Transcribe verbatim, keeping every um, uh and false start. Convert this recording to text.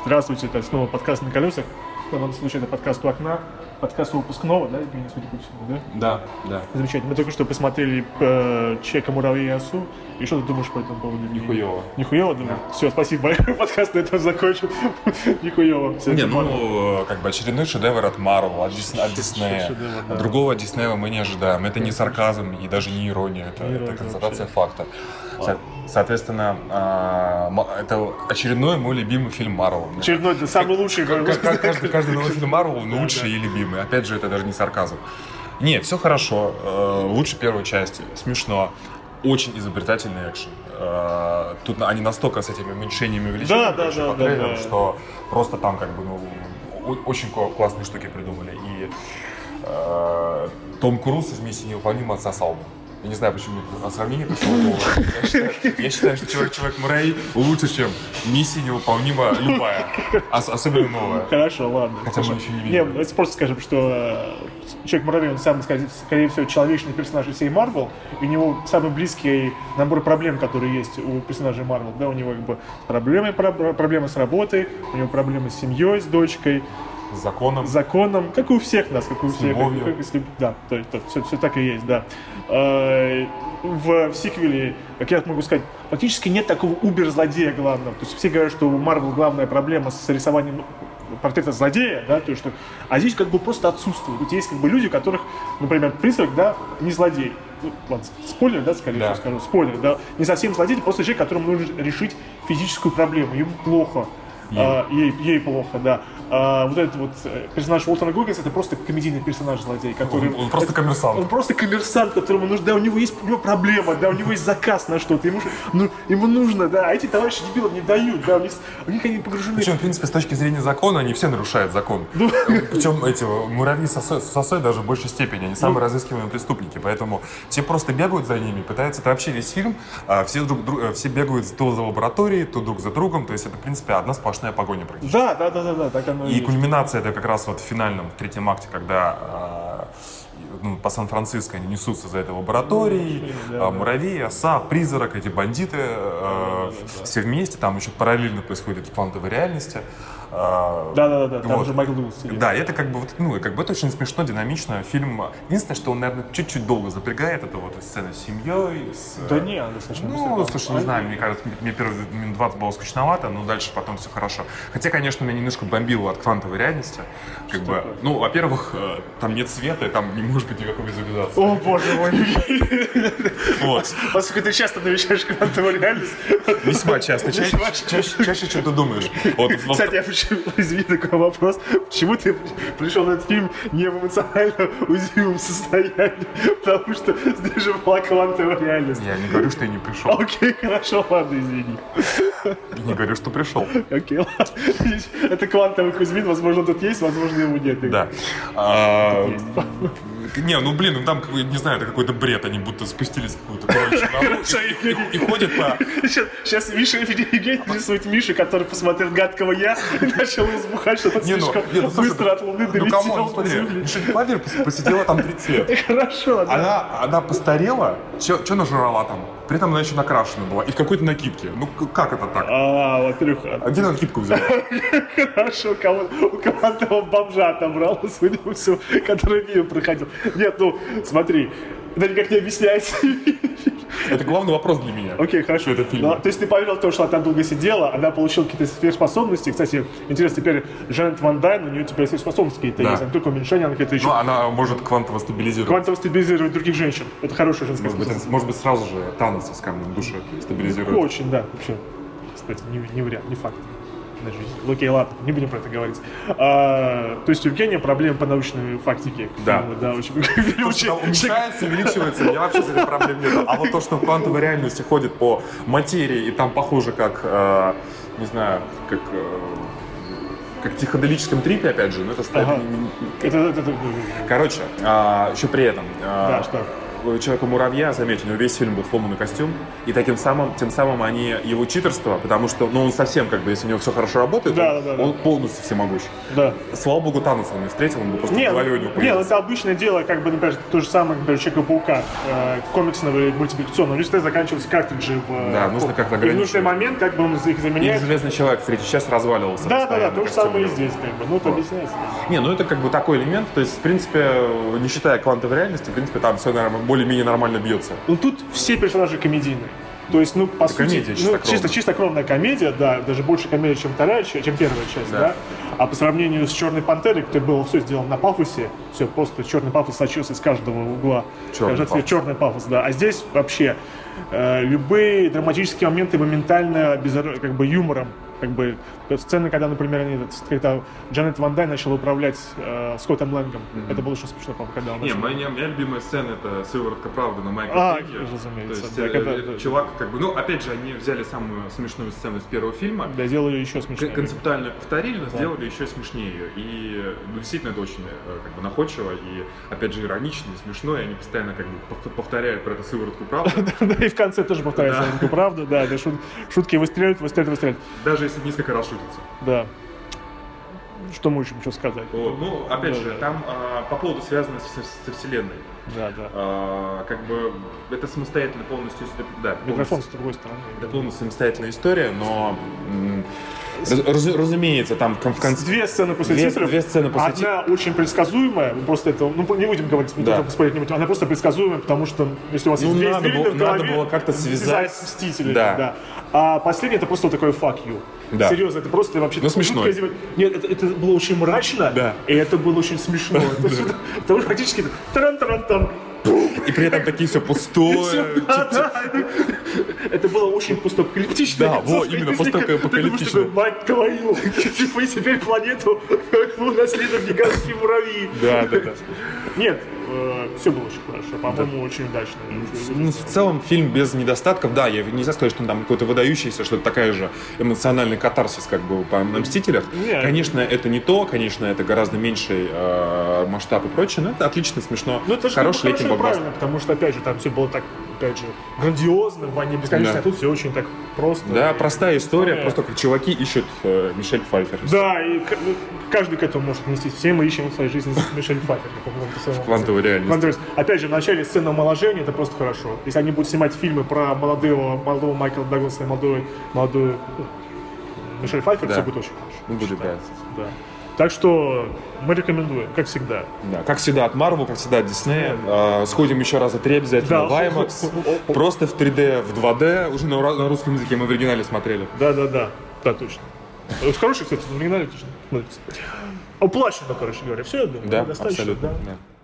Здравствуйте, это снова подкаст «На колесах». В данном случае это подкаст «У окна», подкаст выпускного, да, Евгений, судя по всему, да? Да, да. Замечательно. Мы только что посмотрели э, «Человека, муравья и осу». И что ты думаешь по этому поводу? Нихуево. Нихуево, думаю? Да. Все, спасибо большое, подкаст на этом закончил. Нихуево. Не, ну, как бы очередной шедевр от Marvel, от Диснея. Да. Другого Диснея мы не ожидаем. Это не сарказм и даже не ирония, это, это констатация факта. Со- соответственно, э, это очередной мой любимый фильм Marvel. Очередной, это самый лучший. Каждый, каждый новый фильм Marvel лучший и любимый. Опять же, это даже не сарказм. Нет, все хорошо. Э, лучше первой части. Смешно. Очень изобретательный экшен. Э, тут они настолько с этими уменьшениями увеличениями, да, да, да, да, да, да. что просто там как бы ну, очень классные штуки придумали. И э, Том Круз из «Миссии невыполнима» отсосал бы. Я не знаю, почему сравнение пришло в голову. Я считаю, я считаю, что Человек-муравей лучше, чем «Миссия невыполнима» любая, ос- особенно новая. Хорошо, ладно. Хотя мы еще не видим. Нет, давайте просто скажем, что Человек-муравей, он самый, скорее всего, человечный персонаж из всей Marvel. У него самый близкий набор проблем, которые есть у персонажей Marvel. Да, у него как бы проблемы, проблемы с работой, у него проблемы с семьей, с дочкой. С законом. С законом, как и у всех нас, как и у с всех. Любовью. Как, как, да, то, то, все, все так и есть, да. В, в сиквеле, как я могу сказать, фактически нет такого убер-злодея главного. То есть все говорят, что у Marvel главная проблема с рисованием портрета злодея, да, то есть что, а здесь как бы просто отсутствует. Тут есть как бы люди, у которых, например, призрак, да, не злодей. Ну, ладно, спойлер, да, скорее всего, да. скажу, спойлер, да, не совсем злодей, просто человек, которому нужно решить физическую проблему, ему плохо. Ей. А, ей, ей плохо, да. А, вот этот вот персонаж Уолтера Гоггинса — это просто комедийный персонаж-злодей, который... Он, он просто это, коммерсант. Он просто коммерсант, которому нужно, да, у него есть у него проблема, да, у него есть заказ на что-то, ему, ну, ему нужно, да, а эти товарищи дебилов не дают, да, у них, у них они погружены... Причем, в принципе, с точки зрения закона, они все нарушают закон. Ну, причем эти муравьи с осой, с осой даже в большей степени, они самые ну, разыскиваемые преступники, поэтому те просто бегают за ними, пытаются, это вообще весь фильм, все, друг, друг, все бегают то за лабораторией, то друг за другом, то есть это, в принципе, одна сплошная погоня практически. Да, да, да, да, да, так оно и И есть. кульминация это как раз вот в финальном, в третьем акте, когда э, ну, по Сан-Франциско они несутся за этой лабораторией, да, да. муравей, оса, призрак, эти бандиты, э, да, да, да, все да. вместе, там еще параллельно происходит в квантовой реальности. Да, да, да, там вот. уже Майкл Дуглас. Да, и это как бы, вот, ну, как бы это очень смешно, динамично. Фильм, единственное, что он, наверное, чуть-чуть долго запрягает, это вот сцена с семьей. С... Да не, она достаточно Ну, быстро, слушай, не знаю, мне кажется, мне первые минут двадцать было скучновато, но дальше потом все хорошо. Хотя, конечно, меня немножко бомбило от квантовой реальности. Как бы, ну, во-первых, там нет света, и там не может быть никакой визуализации. О, боже мой. Вот. Поскольку ты часто навещаешь квантовую реальность. Весьма часто, чаще, чем ты думаешь. Кстати, я извини, такой вопрос. Почему ты пришел на этот фильм не в эмоционально уязвимом состоянии? Потому что здесь же была квантовая реальность. Я не говорю, что я не пришел. Окей, хорошо, ладно, извини. Не говорю, что пришел. Окей, ладно. Это квантовый Кузьмин, возможно, тут есть, возможно, его нет. Да. Не, ну блин, ну там, не знаю, это какой-то бред, они будто спустились в какую-то короче и ходят по... Сейчас Миша Евгений рисует Мишу, который посмотрел «Гадкого я» и начал избухать, что-то слишком быстро от Луны долетел. Ну камон, смотри, Миша Клавер посидела там тридцать лет. Хорошо, да. Она постарела, что нажрала там? При этом она еще накрашена была и в какой-то накидке. Ну как это так? А, во-первых... А где она накидку взяла? Хорошо, у кого-то бомжа отобрал, судя по всему, который мимо проходил. Нет, ну, смотри, это никак не объясняется. Это главный вопрос для меня. Окей, хорошо. Это фильм. Ну, то есть ты поверил в то, что она там долго сидела, она получила какие-то сверхспособности. Кстати, интересно, теперь Джанет Ван Дайн, у нее теперь сверхспособности какие-то да. есть. Не только уменьшение, она какие-то еще... Ну, она может квантово стабилизировать. Квантово стабилизировать других женщин. Это хорошая женская может способность. Быть, может быть, сразу же Танос из камня души стабилизирует. Ну, очень, да, вообще. Кстати, не, не вариант, не факт. Ну, окей, ладно, не будем про это говорить. А, то есть у Евгения проблемы по научной фактике. Да. Фильму, да, очень... То, что уменьшается, увеличивается, я вообще с этим проблем нет. А вот то, что в квантовой реальности ходит по материи, и там похоже как, э, не знаю, как... Э, как в психоделическом трипе, опять же, но это стоит... Ага. это, это, это... Короче, э, еще при этом... Э, да, что? Человека-муравья, заметьте, у него весь фильм был сломанный костюм, и таким самым, тем самым они его читерство, потому что, ну, он совсем, как бы, если у него все хорошо работает, да, он, да, да, он да. полностью всемогущ. Да. Слава богу, Таноса он не встретил, он бы просто Нет, в голове у него нет, появился. это обычное дело, как бы, например, то же самое, например, Человека-паука, э, комиксного или мультипликационного, у него всегда заканчиваются картриджи в... Да, нужно как-то в ограничивать. нужный момент, как бы он их заменяет. И Железный человек в третий час разваливался. Да, да, да, то же костюм самое и был. здесь, как бы, ну, это Вот. объясняется. Не, ну это как бы такой элемент, то есть, в принципе, не считая квантовой реальности, в принципе, там все, наверное, более-менее нормально бьется. Ну, тут все персонажи комедийные. То есть, ну, по Это сути, комедия ну, чистокровная. чисто, чистокровная комедия, да, даже больше комедия, чем вторая часть, чем первая часть, Да. да. А по сравнению с «Черной пантерой», где было все сделано на пафосе, все просто черный пафос сочился из каждого угла. Черный Кажется, пафос. черный пафос, да. А здесь вообще э, любые драматические моменты моментально без, как бы, юмором. Как бы сцены, когда, например, они, когда Джанет Ван Дай начала управлять э, Скоттом Лэнгом. Mm-hmm. Это было очень смешно, по-моему, когда он Не, начал. моя, моя любимая сцена — это «Сыворотка правды» на Майкла А, Кейджа. разумеется. То есть, Да, э, когда- э, чувак, как бы, ну, опять же, они взяли самую смешную сцену из первого фильма, Да, сделали ее еще смешнее. кон- концептуально повторили, но сделали еще смешнее ее. И, ну, действительно, это очень, э, как бы, находчиво и, опять же, иронично и смешно, и они постоянно, как бы, пов- повторяют про эту «Сыворотку правды». Да, и в конце тоже повторяется Да. правда, да, да, шут- шутки выстреливают, выстреливают, выстреливают. Даже если несколько раз шутится. Да. Что мы можем еще сказать? Вот. Ну, опять Да, же, да. там а, по поводу связанного со, со вселенной. Да, да. А, как бы это самостоятельно полностью, да, Микрофон с полностью- другой стороны. это полностью самостоятельная история, но м, раз- раз- разумеется, там кон- в конце Две сцены после две, титров. две сцены после Одна очень предсказуемая, мы просто это, ну не будем говорить, мы Да. только спорить не будем, она просто предсказуемая, потому что если у вас Ну, есть две надо извилины было- в голове, надо было как-то связать. Мстители, Да. да. А последний это просто вот такой fuck you. Да. Серьезно, это просто вообще... Ну, смешно. жуткое издевательство. Нет, это, это было очень мрачно, Да. и это было очень смешно. То есть, Потому что фактически это таран-таран-таран, и при этом такие все пустое. Да, да, это- Это было очень постапокалиптично. Да, вот, именно постапокалиптично. Мать твою, типа, и теперь планету наследуют гигантские муравьи. Да, да, да. Нет, все было очень хорошо, по-моему, очень удачно. Ну, в целом фильм без недостатков, да, я нельзя сказать, что он там какой-то выдающийся, что это такая же эмоциональный катарсис, как бы по на «Мстителях». Нет. Конечно, это не то, конечно, это гораздо меньший э, масштаб и прочее, но это отлично, смешно, Ну, это же хороший хорошо летний и блокбастер. правильно, потому что, опять же, там все было так, опять же, грандиозно, в войне бесконечно, Да. а тут все очень так просто. Да, простая история, История. просто как чуваки ищут э, Мишель Пфайффер. Да, и к- ну, каждый к этому может отнестись. Все мы ищем в своей жизни Мишель Пфайффер. как в каком-то своем- Квантовой реальности. Квантовой- Опять же, в начале сцена омоложения, это просто хорошо. Если они будут снимать фильмы про молодого, молодого Майкла Дагласа и молодую, молодую ну, Мишель Пфайффер, Да. все будет очень хорошо. Ну, будет, да. Да. Так что мы рекомендуем, как всегда. Да, как всегда от Marvel, как всегда от Disney. Э, сходим еще раза три обязательно Да. в IMAX. Просто в три дэ, в два дэ. Уже на, на русском языке мы в оригинале смотрели. Да, да, да. Да, точно. Это хороший, кстати, в оригинале точно. Смотрится. Оплачено, короче говоря. Все, я думаю, Да, достаточно. абсолютно. да. Да.